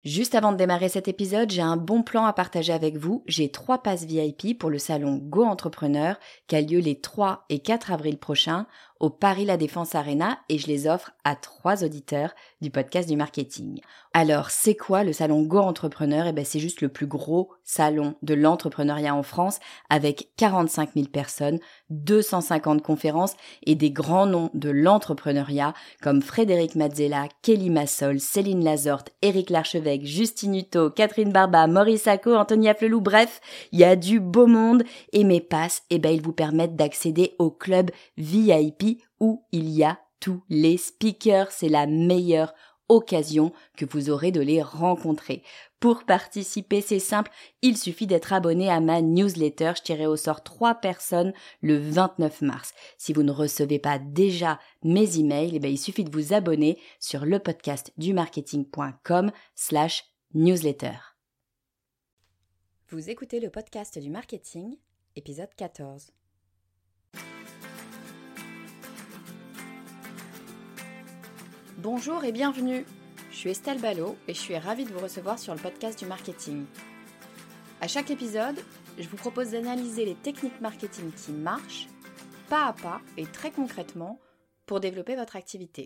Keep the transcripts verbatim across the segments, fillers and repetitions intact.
Juste avant de démarrer cet épisode, j'ai un bon plan à partager avec vous. J'ai trois passes V I P pour le salon Go Entrepreneur qui a lieu les trois et quatre avril prochains au Paris La Défense Arena et je les offre à trois auditeurs du podcast du marketing. Alors, c'est quoi le salon Go Entrepreneur ? Eh ben, c'est juste le plus gros salon de l'entrepreneuriat en France avec quarante-cinq mille personnes, deux cent cinquante conférences et des grands noms de l'entrepreneuriat comme Frédéric Mazzella, Kelly Massol, Céline Lazorte, Éric Larchevêque, Justine Hutto, Catherine Barba, Maurice Sacco, Anthony Afflelou, bref, il y a du beau monde et mes passes, eh ben, ils vous permettent d'accéder au club V I P où il y a tous les speakers. C'est la meilleure occasion que vous aurez de les rencontrer. Pour participer, c'est simple, il suffit d'être abonné à ma newsletter. Je tirerai au sort trois personnes le vingt-neuf mars. Si vous ne recevez pas déjà mes emails, eh bien, il suffit de vous abonner sur lepodcastdumarketing.com slash newsletter. Vous écoutez le podcast du marketing, épisode quatorze. Bonjour et bienvenue. Je suis Estelle Ballot et je suis ravie de vous recevoir sur le podcast du marketing. À chaque épisode, je vous propose d'analyser les techniques marketing qui marchent, pas à pas et très concrètement, pour développer votre activité.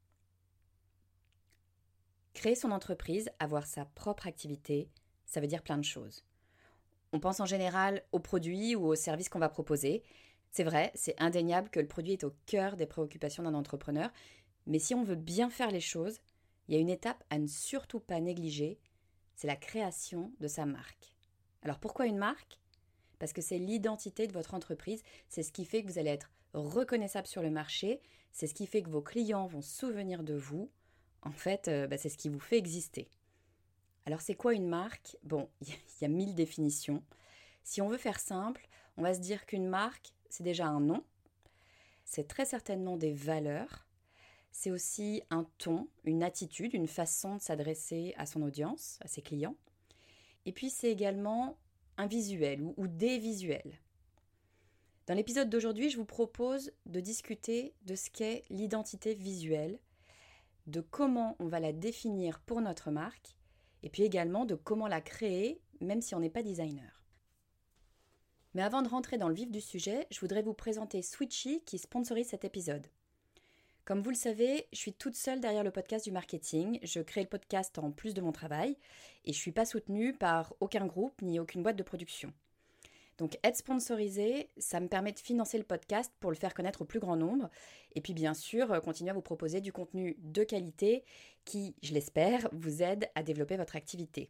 Créer son entreprise, avoir sa propre activité, ça veut dire plein de choses. On pense en général aux produits ou aux services qu'on va proposer. C'est vrai, c'est indéniable que le produit est au cœur des préoccupations d'un entrepreneur. Mais si on veut bien faire les choses, il y a une étape à ne surtout pas négliger, c'est la création de sa marque. Alors pourquoi une marque ? Parce que c'est l'identité de votre entreprise, c'est ce qui fait que vous allez être reconnaissable sur le marché, c'est ce qui fait que vos clients vont se souvenir de vous. En fait, euh, bah, c'est ce qui vous fait exister. Alors c'est quoi une marque ? Bon, il y a mille définitions. Si on veut faire simple, on va se dire qu'une marque, c'est déjà un nom, c'est très certainement des valeurs. C'est aussi un ton, une attitude, une façon de s'adresser à son audience, à ses clients. Et puis c'est également un visuel ou, ou des visuels. Dans l'épisode d'aujourd'hui, je vous propose de discuter de ce qu'est l'identité visuelle, de comment on va la définir pour notre marque, et puis également de comment la créer, même si on n'est pas designer. Mais avant de rentrer dans le vif du sujet, je voudrais vous présenter Switchy qui sponsorise cet épisode. Comme vous le savez, je suis toute seule derrière le podcast du marketing. Je crée le podcast en plus de mon travail et je ne suis pas soutenue par aucun groupe ni aucune boîte de production. Donc être sponsorisée, ça me permet de financer le podcast pour le faire connaître au plus grand nombre et puis bien sûr continuer à vous proposer du contenu de qualité qui, je l'espère, vous aide à développer votre activité.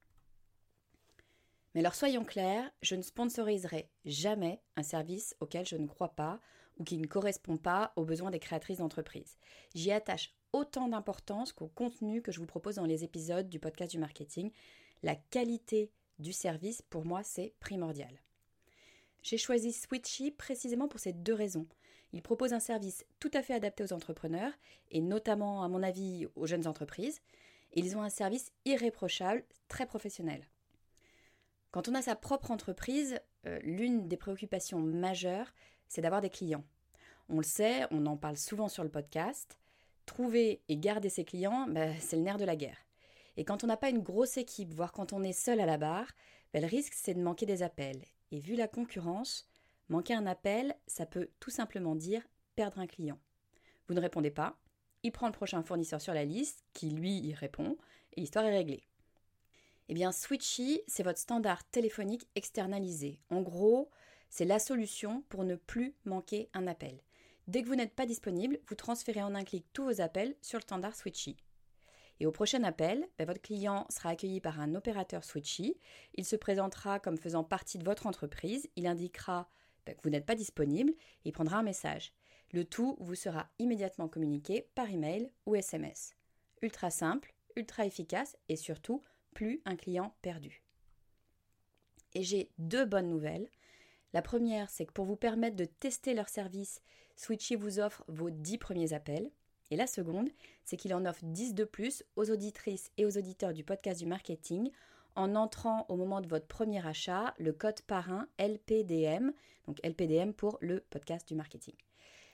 Mais alors soyons clairs, je ne sponsoriserai jamais un service auquel je ne crois pas ou qui ne correspond pas aux besoins des créatrices d'entreprise. J'y attache autant d'importance qu'au contenu que je vous propose dans les épisodes du podcast du marketing. La qualité du service, pour moi, c'est primordial. J'ai choisi Switchy précisément pour ces deux raisons. Il propose un service tout à fait adapté aux entrepreneurs et notamment, à mon avis, aux jeunes entreprises. Et ils ont un service irréprochable, très professionnel. Quand on a sa propre entreprise, euh, l'une des préoccupations majeures, c'est d'avoir des clients. On le sait, on en parle souvent sur le podcast. Trouver et garder ses clients, bah, c'est le nerf de la guerre. Et quand on n'a pas une grosse équipe, voire quand on est seul à la barre, bah, le risque c'est de manquer des appels. Et vu la concurrence, manquer un appel, ça peut tout simplement dire perdre un client. Vous ne répondez pas, il prend le prochain fournisseur sur la liste, qui lui y répond, et l'histoire est réglée. Eh bien, Switchy, c'est votre standard téléphonique externalisé. En gros, c'est la solution pour ne plus manquer un appel. Dès que vous n'êtes pas disponible, vous transférez en un clic tous vos appels sur le standard Switchy. Et au prochain appel, ben, votre client sera accueilli par un opérateur Switchy. Il se présentera comme faisant partie de votre entreprise. Il indiquera ben, que vous n'êtes pas disponible et il prendra un message. Le tout vous sera immédiatement communiqué par email ou S M S. Ultra simple, ultra efficace et surtout, plus un client perdu. Et j'ai deux bonnes nouvelles. La première, c'est que pour vous permettre de tester leur service, Switchy vous offre vos dix premiers appels. Et la seconde, c'est qu'il en offre dix de plus aux auditrices et aux auditeurs du podcast du marketing en entrant au moment de votre premier achat le code parrain L P D M, donc L P D M pour le podcast du marketing.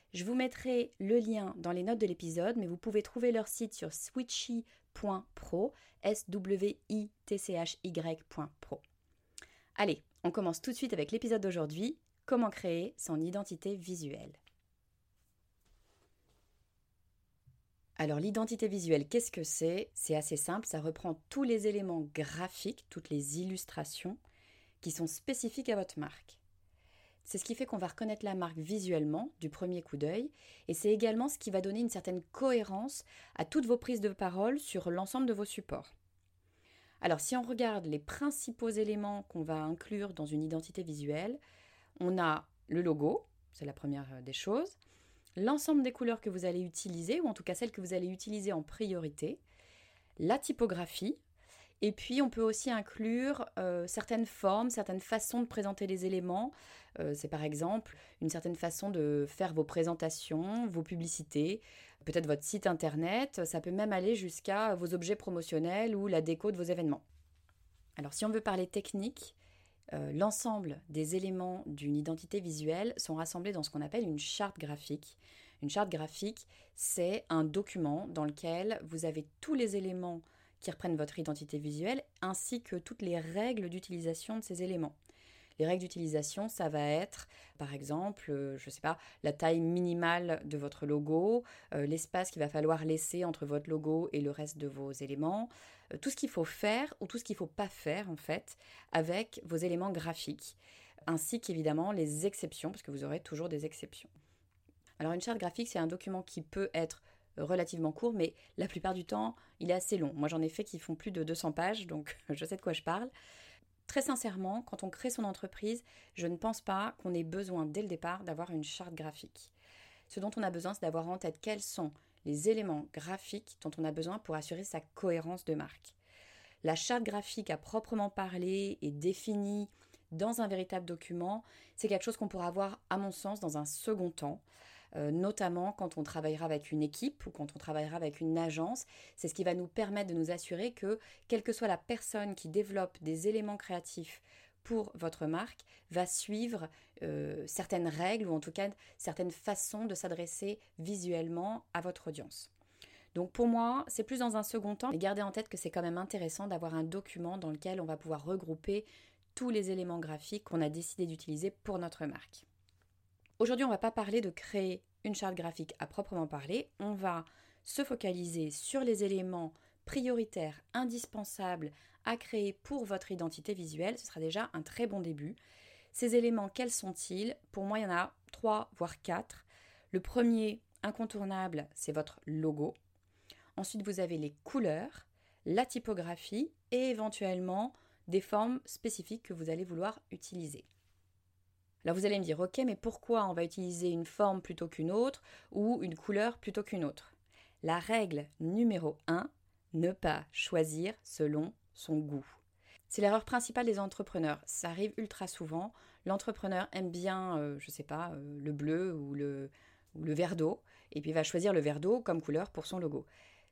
Je vous mettrai le lien dans les notes de l'épisode, mais vous pouvez trouver leur site sur switchy point pro, S W I T C H Y point pro. Allez, on commence tout de suite avec l'épisode d'aujourd'hui, comment créer son identité visuelle. Alors l'identité visuelle, qu'est-ce que c'est ? C'est assez simple, ça reprend tous les éléments graphiques, toutes les illustrations qui sont spécifiques à votre marque. C'est ce qui fait qu'on va reconnaître la marque visuellement, du premier coup d'œil, et c'est également ce qui va donner une certaine cohérence à toutes vos prises de parole sur l'ensemble de vos supports. Alors si on regarde les principaux éléments qu'on va inclure dans une identité visuelle, on a le logo, c'est la première des choses, l'ensemble des couleurs que vous allez utiliser, ou en tout cas celles que vous allez utiliser en priorité, la typographie, et puis on peut aussi inclure euh, certaines formes, certaines façons de présenter les éléments. Euh, c'est par exemple une certaine façon de faire vos présentations, vos publicités, peut-être votre site internet, ça peut même aller jusqu'à vos objets promotionnels ou la déco de vos événements. Alors si on veut parler technique, Euh, l'ensemble des éléments d'une identité visuelle sont rassemblés dans ce qu'on appelle une charte graphique. Une charte graphique, c'est un document dans lequel vous avez tous les éléments qui reprennent votre identité visuelle ainsi que toutes les règles d'utilisation de ces éléments. Les règles d'utilisation, ça va être, par exemple, euh, je ne sais pas, la taille minimale de votre logo, euh, l'espace qu'il va falloir laisser entre votre logo et le reste de vos éléments, euh, tout ce qu'il faut faire ou tout ce qu'il ne faut pas faire, en fait, avec vos éléments graphiques, ainsi qu'évidemment les exceptions, parce que vous aurez toujours des exceptions. Alors, une charte graphique, c'est un document qui peut être relativement court, mais la plupart du temps, il est assez long. Moi, j'en ai fait qui font plus de deux cents pages, donc je sais de quoi je parle. Très sincèrement, quand on crée son entreprise, je ne pense pas qu'on ait besoin dès le départ d'avoir une charte graphique. Ce dont on a besoin, c'est d'avoir en tête quels sont les éléments graphiques dont on a besoin pour assurer sa cohérence de marque. La charte graphique à proprement parler et définie dans un véritable document, c'est quelque chose qu'on pourra avoir, à mon sens, dans un second temps. Euh, notamment quand on travaillera avec une équipe ou quand on travaillera avec une agence. C'est ce qui va nous permettre de nous assurer que, quelle que soit la personne qui développe des éléments créatifs pour votre marque, va suivre euh, certaines règles ou en tout cas certaines façons de s'adresser visuellement à votre audience. Donc pour moi, c'est plus dans un second temps, mais gardez en tête que c'est quand même intéressant d'avoir un document dans lequel on va pouvoir regrouper tous les éléments graphiques qu'on a décidé d'utiliser pour notre marque. Aujourd'hui, on ne va pas parler de créer une charte graphique à proprement parler, on va se focaliser sur les éléments prioritaires, indispensables à créer pour votre identité visuelle. Ce sera déjà un très bon début. Ces éléments, quels sont-ils ? Pour moi, il y en a trois, voire quatre. Le premier, incontournable, c'est votre logo. Ensuite, vous avez les couleurs, la typographie et éventuellement des formes spécifiques que vous allez vouloir utiliser. Alors vous allez me dire, ok, mais pourquoi on va utiliser une forme plutôt qu'une autre ou une couleur plutôt qu'une autre ? La règle numéro un, ne pas choisir selon son goût. C'est l'erreur principale des entrepreneurs. Ça arrive ultra souvent. L'entrepreneur aime bien, euh, je ne sais pas, euh, le bleu ou le, ou le vert d'eau, et puis il va choisir le vert d'eau comme couleur pour son logo.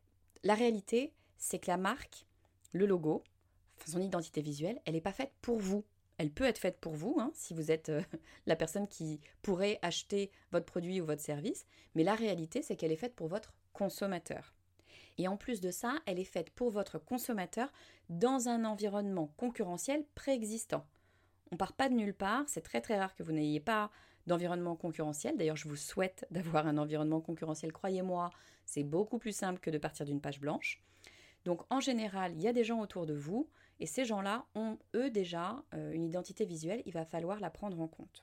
La réalité, c'est que la marque, le logo, son identité visuelle, elle n'est pas faite pour vous. Elle peut être faite pour vous, hein, si vous êtes euh, la personne qui pourrait acheter votre produit ou votre service, mais la réalité, c'est qu'elle est faite pour votre consommateur. Et en plus de ça, elle est faite pour votre consommateur dans un environnement concurrentiel préexistant. On ne part pas de nulle part, c'est très très rare que vous n'ayez pas d'environnement concurrentiel. D'ailleurs, je vous souhaite d'avoir un environnement concurrentiel, croyez-moi, c'est beaucoup plus simple que de partir d'une page blanche. Donc en général, il y a des gens autour de vous et ces gens-là ont, eux, déjà euh, une identité visuelle, il va falloir la prendre en compte.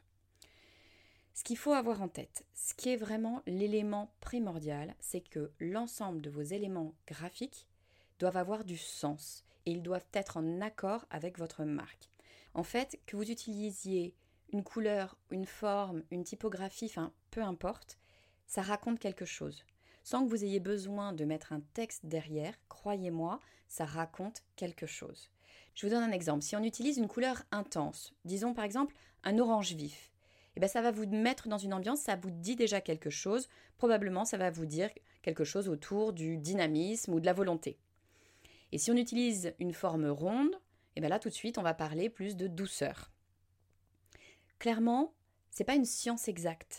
Ce qu'il faut avoir en tête, ce qui est vraiment l'élément primordial, c'est que l'ensemble de vos éléments graphiques doivent avoir du sens et ils doivent être en accord avec votre marque. En fait, que vous utilisiez une couleur, une forme, une typographie, enfin peu importe, ça raconte quelque chose. Sans que vous ayez besoin de mettre un texte derrière, croyez-moi, ça raconte quelque chose. Je vous donne un exemple. Si on utilise une couleur intense, disons par exemple un orange vif, eh bien ça va vous mettre dans une ambiance, ça vous dit déjà quelque chose. Probablement, ça va vous dire quelque chose autour du dynamisme ou de la volonté. Et si on utilise une forme ronde, eh bien là tout de suite, on va parler plus de douceur. Clairement, ce n'est pas une science exacte.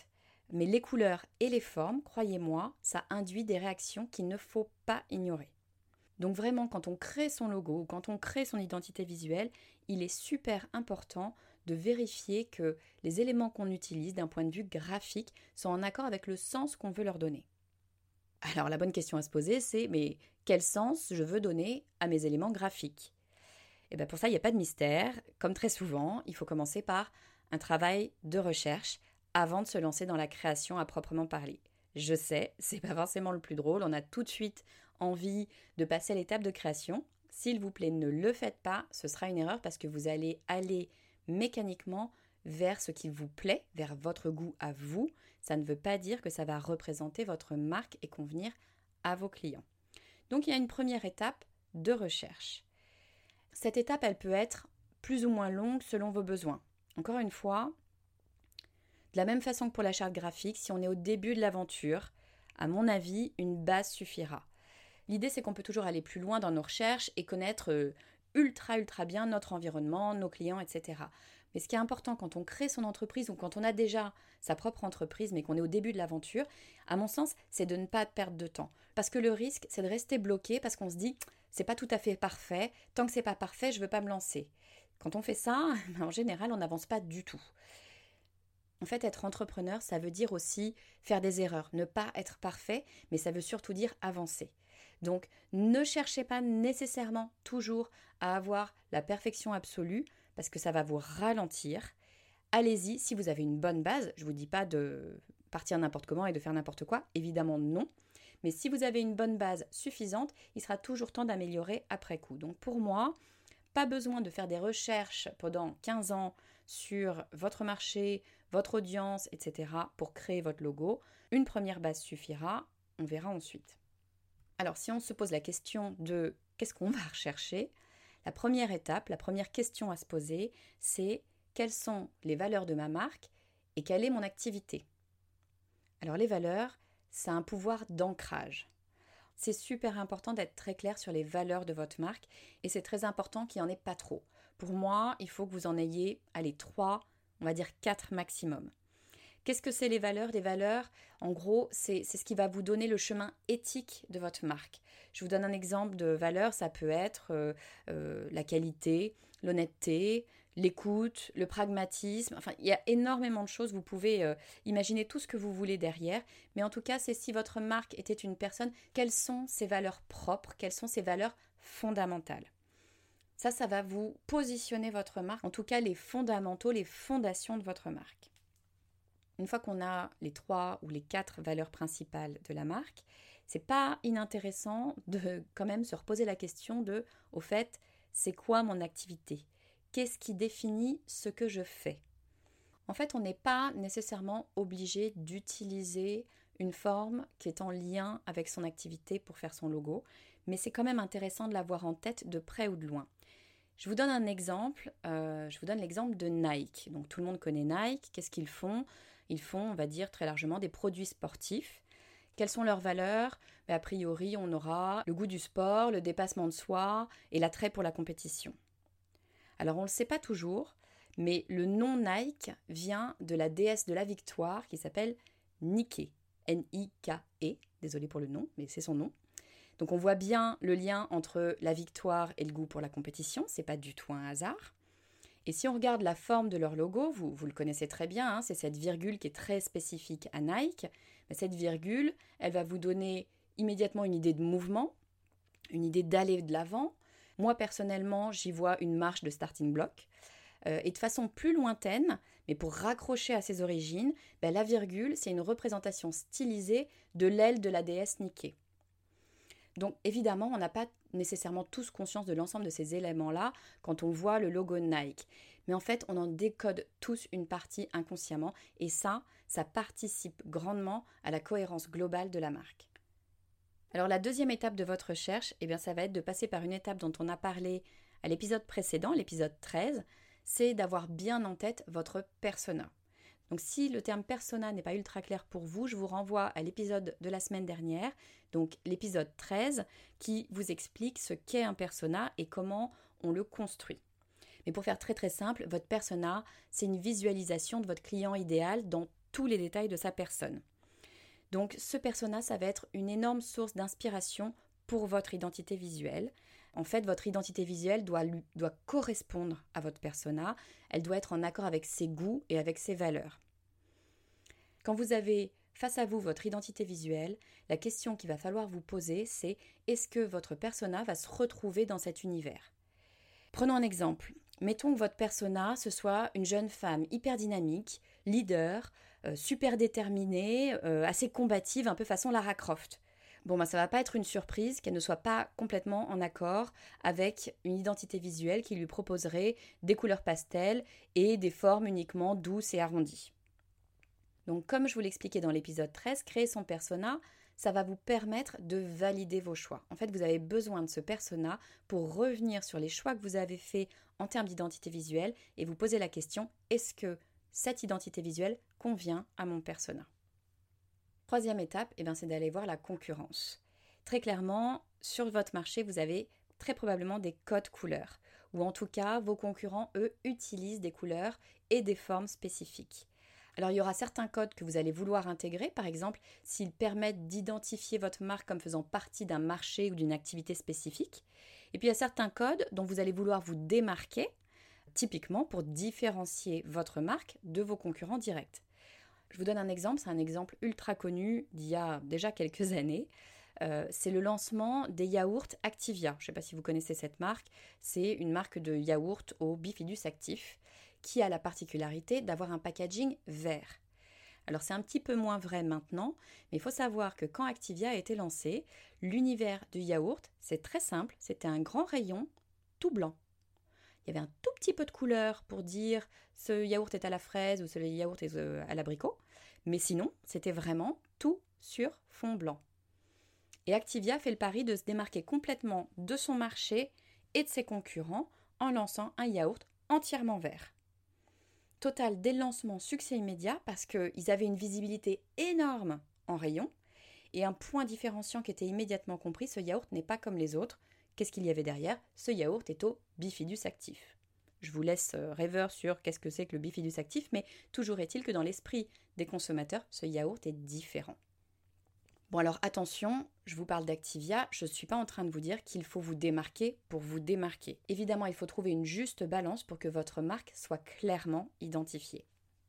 Mais les couleurs et les formes, croyez-moi, ça induit des réactions qu'il ne faut pas ignorer. Donc vraiment, quand on crée son logo ou quand on crée son identité visuelle, il est super important de vérifier que les éléments qu'on utilise d'un point de vue graphique sont en accord avec le sens qu'on veut leur donner. Alors la bonne question à se poser, c'est mais quel sens je veux donner à mes éléments graphiques ? Et bien pour ça, il n'y a pas de mystère. Comme très souvent, il faut commencer par un travail de recherche avant de se lancer dans la création à proprement parler. Je sais, c'est pas forcément le plus drôle, on a tout de suite envie de passer à l'étape de création. S'il vous plaît, ne le faites pas, ce sera une erreur parce que vous allez aller mécaniquement vers ce qui vous plaît, vers votre goût à vous. Ça ne veut pas dire que ça va représenter votre marque et convenir à vos clients. Donc il y a une première étape de recherche. Cette étape, elle peut être plus ou moins longue selon vos besoins. Encore une fois, de la même façon que pour la charte graphique, si on est au début de l'aventure, à mon avis, une base suffira. L'idée, c'est qu'on peut toujours aller plus loin dans nos recherches et connaître ultra, ultra bien notre environnement, nos clients, et cetera. Mais ce qui est important quand on crée son entreprise ou quand on a déjà sa propre entreprise, mais qu'on est au début de l'aventure, à mon sens, c'est de ne pas perdre de temps. Parce que le risque, c'est de rester bloqué parce qu'on se dit, c'est pas tout à fait parfait, tant que c'est pas parfait, je veux pas me lancer. Quand on fait ça, en général, on n'avance pas du tout. En fait, être entrepreneur, ça veut dire aussi faire des erreurs, ne pas être parfait, mais ça veut surtout dire avancer. Donc, ne cherchez pas nécessairement toujours à avoir la perfection absolue, parce que ça va vous ralentir. Allez-y si vous avez une bonne base. Je ne vous dis pas de partir n'importe comment et de faire n'importe quoi, évidemment non. Mais si vous avez une bonne base suffisante, il sera toujours temps d'améliorer après coup. Donc pour moi, pas besoin de faire des recherches pendant quinze ans sur votre marché, votre audience, et cetera pour créer votre logo. Une première base suffira, on verra ensuite. Alors si on se pose la question de qu'est-ce qu'on va rechercher, la première étape, la première question à se poser, c'est quelles sont les valeurs de ma marque et quelle est mon activité. Alors les valeurs, c'est un pouvoir d'ancrage. C'est super important d'être très clair sur les valeurs de votre marque et c'est très important qu'il n'y en ait pas trop. Pour moi, il faut que vous en ayez, allez, trois, on va dire quatre maximum. Qu'est-ce que c'est les valeurs ? Les valeurs, en gros, c'est, c'est ce qui va vous donner le chemin éthique de votre marque. Je vous donne un exemple de valeurs, ça peut être euh, euh, la qualité, l'honnêteté, l'écoute, le pragmatisme. Enfin, il y a énormément de choses. Vous pouvez euh, imaginer tout ce que vous voulez derrière. Mais en tout cas, c'est si votre marque était une personne, quelles sont ses valeurs propres, quelles sont ses valeurs fondamentales. Ça, ça va vous positionner votre marque, en tout cas les fondamentaux, les fondations de votre marque. Une fois qu'on a les trois ou les quatre valeurs principales de la marque, c'est pas inintéressant de quand même se reposer la question de, au fait, c'est quoi mon activité ? Qu'est-ce qui définit ce que je fais ? En fait, on n'est pas nécessairement obligé d'utiliser une forme qui est en lien avec son activité pour faire son logo, mais c'est quand même intéressant de l'avoir en tête de près ou de loin. Je vous donne un exemple, euh, je vous donne l'exemple de Nike. Donc tout le monde connaît Nike, qu'est-ce qu'ils font ? Ils font, on va dire très largement, des produits sportifs. Quelles sont leurs valeurs ? Mais a priori, on aura le goût du sport, le dépassement de soi et l'attrait pour la compétition. Alors on ne le sait pas toujours, mais le nom Nike vient de la déesse de la victoire qui s'appelle Nike, N I K E, désolé pour le nom, mais c'est son nom. Donc on voit bien le lien entre la victoire et le goût pour la compétition, c'est pas du tout un hasard. Et si on regarde la forme de leur logo, vous, vous le connaissez très bien, hein, c'est cette virgule qui est très spécifique à Nike. Mais cette virgule, elle va vous donner immédiatement une idée de mouvement, une idée d'aller de l'avant. Moi, personnellement, j'y vois une marche de starting block. Euh, et de façon plus lointaine, mais pour raccrocher à ses origines, ben, la virgule, c'est une représentation stylisée de l'aile de la déesse Nike. Donc évidemment, on n'a pas nécessairement tous conscience de l'ensemble de ces éléments-là quand on voit le logo Nike. Mais en fait, on en décode tous une partie inconsciemment et ça, ça participe grandement à la cohérence globale de la marque. Alors la deuxième étape de votre recherche, eh bien, ça va être de passer par une étape dont on a parlé à l'épisode précédent, l'épisode treize, c'est d'avoir bien en tête votre persona. Donc si le terme persona n'est pas ultra clair pour vous, je vous renvoie à l'épisode de la semaine dernière, donc l'épisode treize, qui vous explique ce qu'est un persona et comment on le construit. Mais pour faire très très simple, votre persona, c'est une visualisation de votre client idéal dans tous les détails de sa personne. Donc ce persona, ça va être une énorme source d'inspiration pour votre identité visuelle. En fait, votre identité visuelle doit, lui, doit correspondre à votre persona, elle doit être en accord avec ses goûts et avec ses valeurs. Quand vous avez face à vous votre identité visuelle, la question qu'il va falloir vous poser, c'est est-ce que votre persona va se retrouver dans cet univers ? Prenons un exemple. Mettons que votre persona, ce soit une jeune femme hyper dynamique, leader, euh, super déterminée, euh, assez combative, un peu façon Lara Croft. Bon, ben, ça ne va pas être une surprise qu'elle ne soit pas complètement en accord avec une identité visuelle qui lui proposerait des couleurs pastel et des formes uniquement douces et arrondies. Donc, comme je vous l'expliquais dans l'épisode treize, créer son persona, ça va vous permettre de valider vos choix. En fait, vous avez besoin de ce persona pour revenir sur les choix que vous avez faits en termes d'identité visuelle et vous poser la question, est-ce que cette identité visuelle convient à mon persona ? Troisième étape, eh bien, c'est d'aller voir la concurrence. Très clairement, sur votre marché, vous avez très probablement des codes couleurs, ou en tout cas, vos concurrents, eux, utilisent des couleurs et des formes spécifiques. Alors, il y aura certains codes que vous allez vouloir intégrer, par exemple, s'ils permettent d'identifier votre marque comme faisant partie d'un marché ou d'une activité spécifique. Et puis, il y a certains codes dont vous allez vouloir vous démarquer, typiquement pour différencier votre marque de vos concurrents directs. Je vous donne un exemple, c'est un exemple ultra connu d'il y a déjà quelques années. Euh, c'est le lancement des yaourts Activia. Je ne sais pas si vous connaissez cette marque. C'est une marque de yaourt au bifidus actif qui a la particularité d'avoir un packaging vert. Alors c'est un petit peu moins vrai maintenant, mais il faut savoir que quand Activia a été lancé, l'univers du yaourt, c'est très simple, c'était un grand rayon tout blanc. Il y avait un tout petit peu de couleur pour dire ce yaourt est à la fraise ou ce yaourt est à l'abricot, mais sinon c'était vraiment tout sur fond blanc. Et Activia fait le pari de se démarquer complètement de son marché et de ses concurrents en lançant un yaourt entièrement vert. Total, dès le lancement, succès immédiat parce qu'ils avaient une visibilité énorme en rayon et un point différenciant qui était immédiatement compris, ce yaourt n'est pas comme les autres. Qu'est-ce qu'il y avait derrière ? Ce yaourt est au bifidus actif. Je vous laisse rêveur sur qu'est-ce que c'est que le bifidus actif, mais toujours est-il que dans l'esprit des consommateurs, ce yaourt est différent. Bon alors attention, je vous parle d'Activia, je ne suis pas en train de vous dire qu'il faut vous démarquer pour vous démarquer. Évidemment, il faut trouver une juste balance pour que votre marque soit clairement identifiée.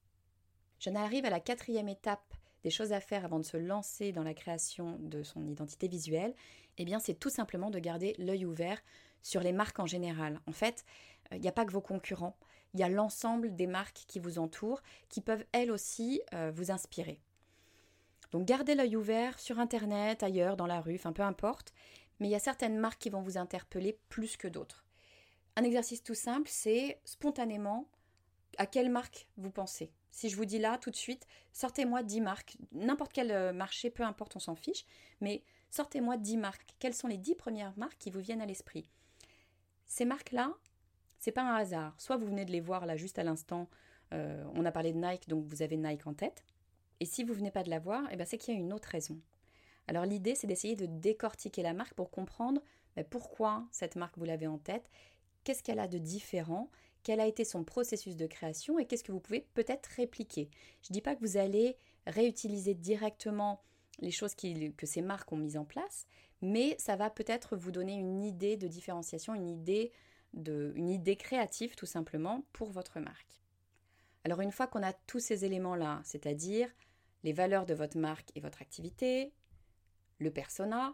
J'en arrive à la quatrième étape des choses à faire avant de se lancer dans la création de son identité visuelle. Eh bien, c'est tout simplement de garder l'œil ouvert sur les marques en général. En fait, il n'y a pas que vos concurrents, il y a l'ensemble des marques qui vous entourent, qui peuvent elles aussi euh, vous inspirer. Donc gardez l'œil ouvert sur Internet, ailleurs, dans la rue, enfin peu importe, mais il y a certaines marques qui vont vous interpeller plus que d'autres. Un exercice tout simple, c'est spontanément à quelle marque vous pensez. Si je vous dis là, tout de suite, sortez-moi dix marques, n'importe quel marché, peu importe, on s'en fiche, mais sortez-moi dix marques. Quelles sont les dix premières marques qui vous viennent à l'esprit ? Ces marques-là, c'est pas un hasard. Soit vous venez de les voir là juste à l'instant, euh, on a parlé de Nike, donc vous avez Nike en tête. Et si vous ne venez pas de la voir, eh ben c'est qu'il y a une autre raison. Alors l'idée, c'est d'essayer de décortiquer la marque pour comprendre ben, pourquoi cette marque vous l'avez en tête, qu'est-ce qu'elle a de différent, quel a été son processus de création et qu'est-ce que vous pouvez peut-être répliquer. Je ne dis pas que vous allez réutiliser directement les choses qui, que ces marques ont mises en place, mais ça va peut-être vous donner une idée de différenciation, une idée, de, une idée créative tout simplement pour votre marque. Alors une fois qu'on a tous ces éléments-là, c'est-à-dire les valeurs de votre marque et votre activité, le persona,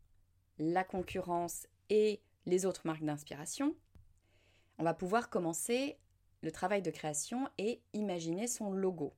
la concurrence et les autres marques d'inspiration, on va pouvoir commencer le travail de création et imaginer son logo.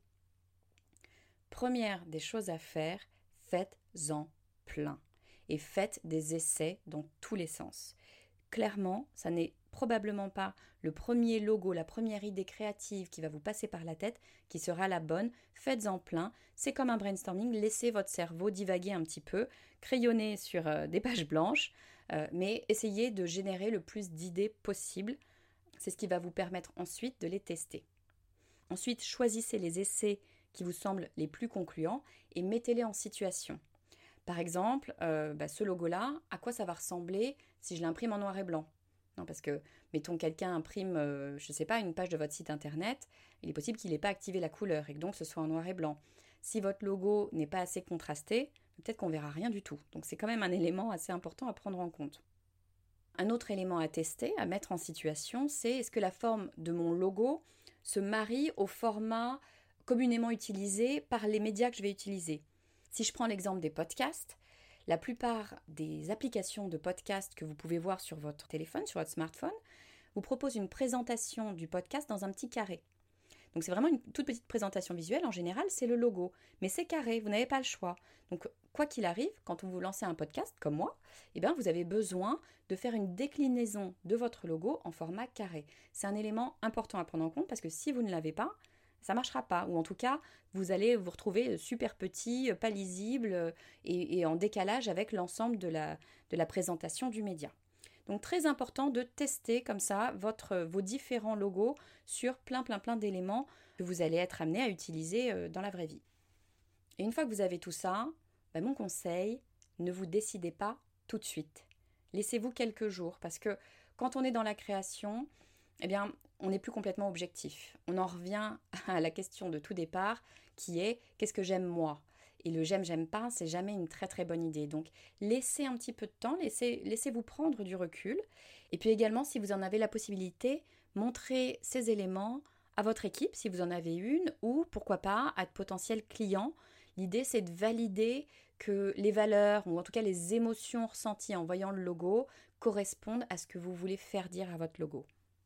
Première des choses à faire, faites-en plein et faites des essais dans tous les sens. Clairement, ça n'est probablement pas le premier logo, la première idée créative qui va vous passer par la tête qui sera la bonne. Faites-en plein. C'est comme un brainstorming. Laissez votre cerveau divaguer un petit peu, crayonner sur euh, des pages blanches, euh, mais essayez de générer le plus d'idées possible. C'est ce qui va vous permettre ensuite de les tester. Ensuite, choisissez les essais qui vous semblent les plus concluants et mettez-les en situation. Par exemple, euh, bah, ce logo-là, à quoi ça va ressembler si je l'imprime en noir et blanc ? Non, parce que, mettons, quelqu'un imprime, euh, je ne sais pas, une page de votre site internet, il est possible qu'il n'ait pas activé la couleur et que donc ce soit en noir et blanc. Si votre logo n'est pas assez contrasté, peut-être qu'on ne verra rien du tout. Donc c'est quand même un élément assez important à prendre en compte. Un autre élément à tester, à mettre en situation, c'est est-ce que la forme de mon logo se marie au format communément utilisé par les médias que je vais utiliser. Si je prends l'exemple des podcasts, la plupart des applications de podcast que vous pouvez voir sur votre téléphone, sur votre smartphone, vous proposent une présentation du podcast dans un petit carré. Donc c'est vraiment une toute petite présentation visuelle, en général c'est le logo, mais c'est carré, vous n'avez pas le choix. Donc quoi qu'il arrive, quand vous lancez un podcast comme moi, eh bien, vous avez besoin de faire une déclinaison de votre logo en format carré. C'est un élément important à prendre en compte parce que si vous ne l'avez pas, ça ne marchera pas, ou en tout cas, vous allez vous retrouver super petit, pas lisible et, et en décalage avec l'ensemble de la, de la présentation du média. Donc très important de tester comme ça votre, vos différents logos sur plein plein plein d'éléments que vous allez être amené à utiliser dans la vraie vie. Et une fois que vous avez tout ça, ben mon conseil, ne vous décidez pas tout de suite. Laissez-vous quelques jours parce que quand on est dans la création, eh bien, on n'est plus complètement objectif. On en revient à la question de tout départ qui est qu'est-ce que j'aime moi ? Et le j'aime, j'aime pas, c'est jamais une très très bonne idée. Donc, laissez un petit peu de temps, laissez, laissez-vous prendre du recul. Et puis également, si vous en avez la possibilité, montrez ces éléments à votre équipe, si vous en avez une, ou pourquoi pas à de potentiels clients. L'idée, c'est de valider que les valeurs, ou en tout cas les émotions ressenties en voyant le logo, correspondent à ce que vous voulez faire dire à votre logo.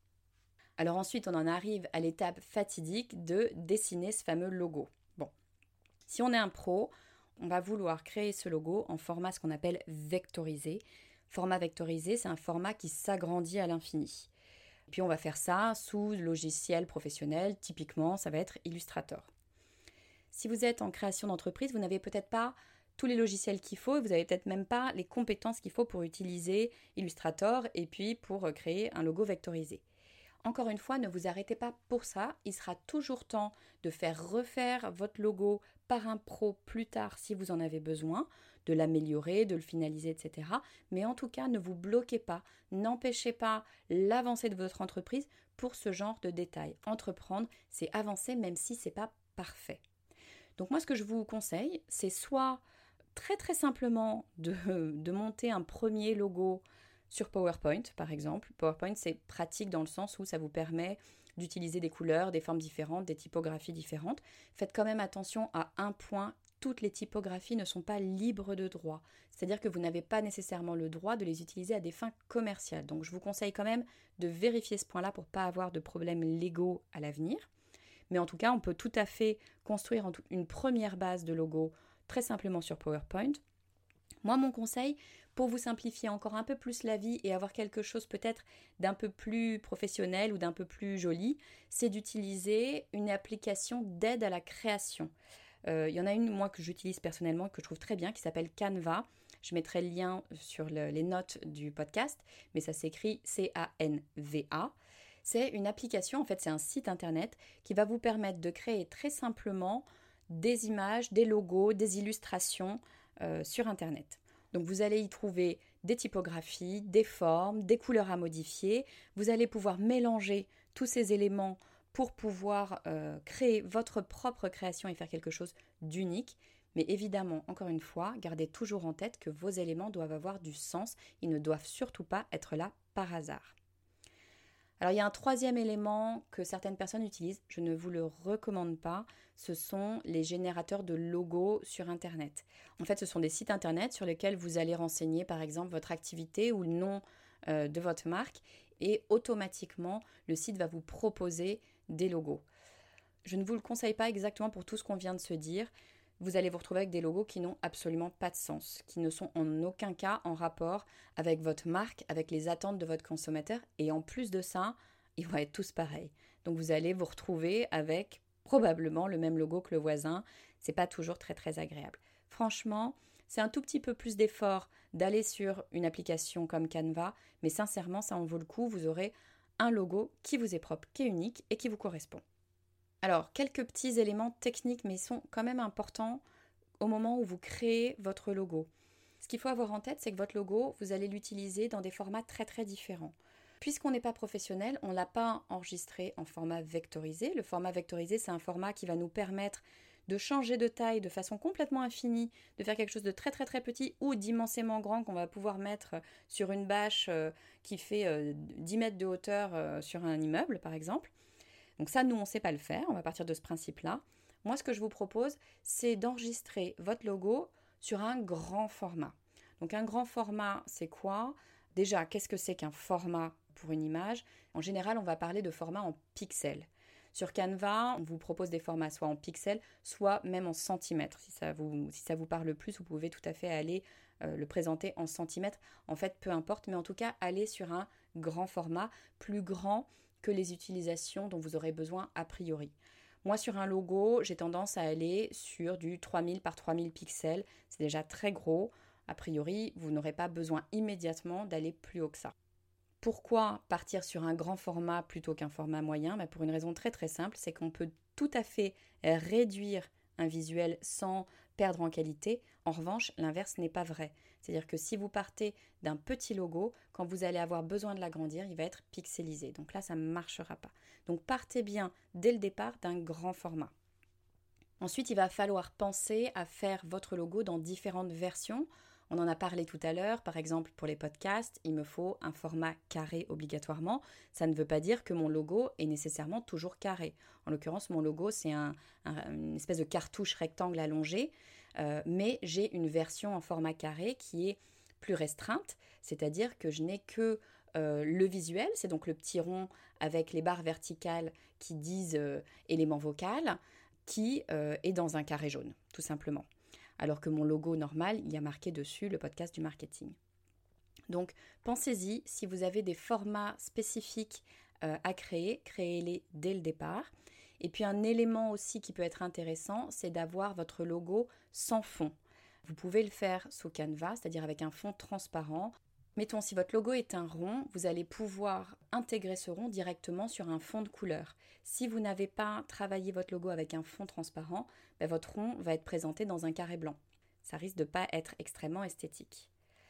Alors ensuite, on en arrive à l'étape fatidique de dessiner ce fameux logo. Bon. Si on est un pro, on va vouloir créer ce logo en format ce qu'on appelle vectorisé. Format vectorisé, c'est un format qui s'agrandit à l'infini. Puis on va faire ça sous logiciel professionnel, typiquement ça va être Illustrator. Si vous êtes en création d'entreprise, vous n'avez peut-être pas tous les logiciels qu'il faut et vous n'avez peut-être même pas les compétences qu'il faut pour utiliser Illustrator et puis pour créer un logo vectorisé. Encore une fois, ne vous arrêtez pas pour ça. Il sera toujours temps de faire refaire votre logo par un pro plus tard si vous en avez besoin, de l'améliorer, de le finaliser, et cetera. Mais en tout cas, ne vous bloquez pas, n'empêchez pas l'avancée de votre entreprise pour ce genre de détails. Entreprendre, c'est avancer même si ce n'est pas parfait. Donc moi, ce que je vous conseille, c'est soit très très simplement de, de monter un premier logo sur PowerPoint, par exemple. PowerPoint, c'est pratique dans le sens où ça vous permet d'utiliser des couleurs, des formes différentes, des typographies différentes. Faites quand même attention à un point, toutes les typographies ne sont pas libres de droit. C'est-à-dire que vous n'avez pas nécessairement le droit de les utiliser à des fins commerciales. Donc je vous conseille quand même de vérifier ce point-là pour ne pas avoir de problèmes légaux à l'avenir. Mais en tout cas, on peut tout à fait construire une première base de logo très simplement sur PowerPoint. Moi, mon conseil, pour vous simplifier encore un peu plus la vie et avoir quelque chose peut-être d'un peu plus professionnel ou d'un peu plus joli, c'est d'utiliser une application d'aide à la création. Euh, il y en a une, moi, que j'utilise personnellement, que je trouve très bien, qui s'appelle Canva. Je mettrai le lien sur le, les notes du podcast, mais ça s'écrit C A N V A. C'est une application, en fait, c'est un site internet qui va vous permettre de créer très simplement des images, des logos, des illustrations euh, sur internet. Donc vous allez y trouver des typographies, des formes, des couleurs à modifier. Vous allez pouvoir mélanger tous ces éléments pour pouvoir euh, créer votre propre création et faire quelque chose d'unique. Mais évidemment, encore une fois, gardez toujours en tête que vos éléments doivent avoir du sens. Ils ne doivent surtout pas être là par hasard. Alors il y a un troisième élément que certaines personnes utilisent, je ne vous le recommande pas, ce sont les générateurs de logos sur Internet. En fait, ce sont des sites Internet sur lesquels vous allez renseigner par exemple votre activité ou le nom euh, de votre marque et automatiquement le site va vous proposer des logos. Je ne vous le conseille pas exactement pour tout ce qu'on vient de se dire. Vous allez vous retrouver avec des logos qui n'ont absolument pas de sens, qui ne sont en aucun cas en rapport avec votre marque, avec les attentes de votre consommateur. Et en plus de ça, ils vont être tous pareils. Donc vous allez vous retrouver avec probablement le même logo que le voisin. C'est pas toujours très très agréable. Franchement, c'est un tout petit peu plus d'effort d'aller sur une application comme Canva, mais sincèrement, ça en vaut le coup. Vous aurez un logo qui vous est propre, qui est unique et qui vous correspond. Alors, quelques petits éléments techniques, mais ils sont quand même importants au moment où vous créez votre logo. Ce qu'il faut avoir en tête, c'est que votre logo, vous allez l'utiliser dans des formats très très différents. Puisqu'on n'est pas professionnel, on ne l'a pas enregistré en format vectorisé. Le format vectorisé, c'est un format qui va nous permettre de changer de taille de façon complètement infinie, de faire quelque chose de très très très petit ou d'immensément grand qu'on va pouvoir mettre sur une bâche euh, qui fait euh, dix mètres de hauteur euh, sur un immeuble par exemple. Donc ça, nous, on ne sait pas le faire, on va partir de ce principe-là. Moi, ce que je vous propose, c'est d'enregistrer votre logo sur un grand format. Donc un grand format, c'est quoi ? Déjà, qu'est-ce que c'est qu'un format pour une image ? En général, on va parler de format en pixels. Sur Canva, on vous propose des formats soit en pixels, soit même en centimètres. Si ça vous, si ça vous parle plus, vous pouvez tout à fait aller euh, le présenter en centimètres. En fait, peu importe, mais en tout cas, aller sur un grand format, plus grand que les utilisations dont vous aurez besoin a priori. Moi, sur un logo, j'ai tendance à aller sur du trois mille par trois mille pixels. C'est déjà très gros. A priori, vous n'aurez pas besoin immédiatement d'aller plus haut que ça. Pourquoi partir sur un grand format plutôt qu'un format moyen ? Bah pour une raison très très simple, c'est qu'on peut tout à fait réduire un visuel sans perdre en qualité. En revanche, l'inverse n'est pas vrai. C'est-à-dire que si vous partez d'un petit logo, quand vous allez avoir besoin de l'agrandir, il va être pixelisé. Donc là, ça ne marchera pas. Donc partez bien dès le départ d'un grand format. Ensuite, il va falloir penser à faire votre logo dans différentes versions. On en a parlé tout à l'heure, par exemple pour les podcasts, il me faut un format carré obligatoirement. Ça ne veut pas dire que mon logo est nécessairement toujours carré. En l'occurrence, mon logo, c'est un, un, une espèce de cartouche rectangle allongé, euh, mais j'ai une version en format carré qui est plus restreinte, c'est-à-dire que je n'ai que euh, le visuel, c'est donc le petit rond avec les barres verticales qui disent euh, élément vocal, qui euh, est dans un carré jaune, tout simplement. Alors que mon logo normal, il y a marqué dessus le podcast du marketing. Donc, pensez-y, si vous avez des formats spécifiques euh, à créer, créez-les dès le départ. Et puis, un élément aussi qui peut être intéressant, c'est d'avoir votre logo sans fond. Vous pouvez le faire sous Canva, c'est-à-dire avec un fond transparent. Mettons, si votre logo est un rond, vous allez pouvoir intégrer ce rond directement sur un fond de couleur. Si vous n'avez pas travaillé votre logo avec un fond transparent, ben votre rond va être présenté dans un carré blanc. Ça risque de ne pas être extrêmement esthétique.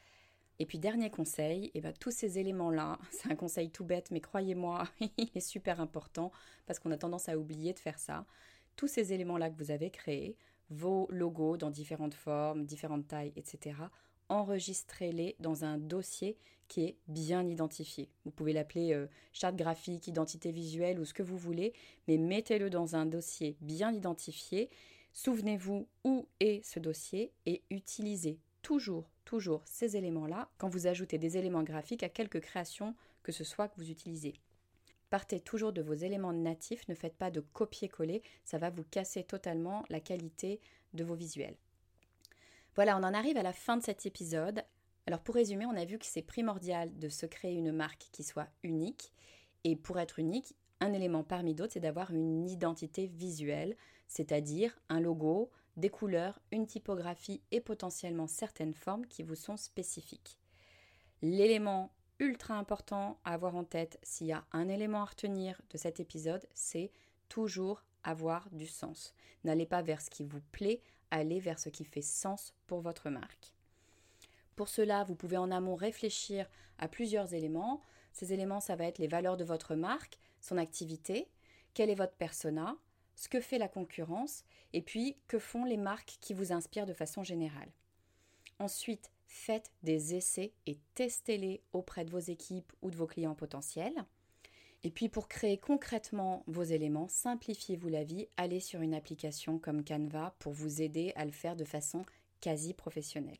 Et puis dernier conseil, et ben tous ces éléments-là, c'est un conseil tout bête, mais croyez-moi, il est super important parce qu'on a tendance à oublier de faire ça. Tous ces éléments-là que vous avez créés, vos logos dans différentes formes, différentes tailles, et cetera, enregistrez-les dans un dossier qui est bien identifié. Vous pouvez l'appeler euh, charte graphique, identité visuelle ou ce que vous voulez, mais mettez-le dans un dossier bien identifié. Souvenez-vous où est ce dossier et utilisez toujours, toujours ces éléments-là quand vous ajoutez des éléments graphiques à quelque création que ce soit que vous utilisez. Partez toujours de vos éléments natifs, ne faites pas de copier-coller, ça va vous casser totalement la qualité de vos visuels. Voilà, on en arrive à la fin de cet épisode. Alors pour résumer, on a vu que c'est primordial de se créer une marque qui soit unique. Et pour être unique, un élément parmi d'autres, c'est d'avoir une identité visuelle, c'est-à-dire un logo, des couleurs, une typographie et potentiellement certaines formes qui vous sont spécifiques. L'élément ultra important à avoir en tête, s'il y a un élément à retenir de cet épisode, c'est toujours avoir du sens. N'allez pas vers ce qui vous plaît, allez vers ce qui fait sens pour votre marque. Pour cela, vous pouvez en amont réfléchir à plusieurs éléments. Ces éléments, ça va être les valeurs de votre marque, son activité, quel est votre persona, ce que fait la concurrence, et puis que font les marques qui vous inspirent de façon générale. Ensuite, faites des essais et testez-les auprès de vos équipes ou de vos clients potentiels. Et puis pour créer concrètement vos éléments, simplifiez-vous la vie, allez sur une application comme Canva pour vous aider à le faire de façon quasi professionnelle.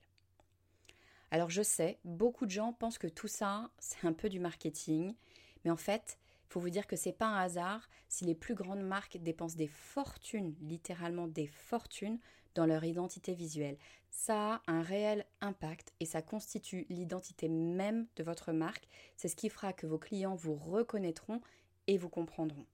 Alors je sais, beaucoup de gens pensent que tout ça, c'est un peu du marketing, mais en fait, il faut vous dire que ce n'est pas un hasard si les plus grandes marques dépensent des fortunes, littéralement des fortunes, dans leur identité visuelle. Ça a un réel impact et ça constitue l'identité même de votre marque. C'est ce qui fera que vos clients vous reconnaîtront et vous comprendront.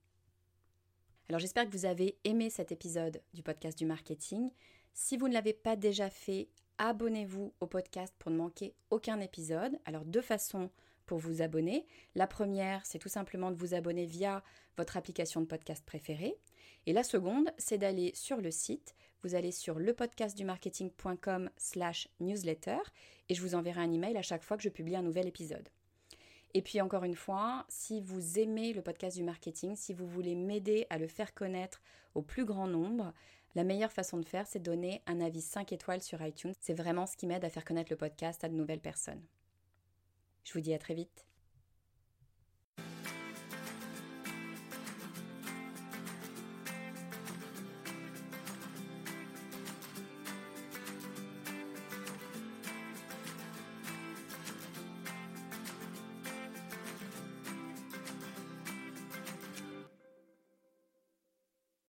Alors j'espère que vous avez aimé cet épisode du podcast du marketing. Si vous ne l'avez pas déjà fait, abonnez-vous au podcast pour ne manquer aucun épisode. Alors deux façons pour vous abonner. La première, c'est tout simplement de vous abonner via votre application de podcast préférée. Et la seconde, c'est d'aller sur le site. Vous allez sur lepodcastdumarketing point com slash newsletter et je vous enverrai un email à chaque fois que je publie un nouvel épisode. Et puis encore une fois, si vous aimez le podcast du marketing, si vous voulez m'aider à le faire connaître au plus grand nombre, la meilleure façon de faire, c'est de donner un avis cinq étoiles sur iTunes. C'est vraiment ce qui m'aide à faire connaître le podcast à de nouvelles personnes. Je vous dis à très vite.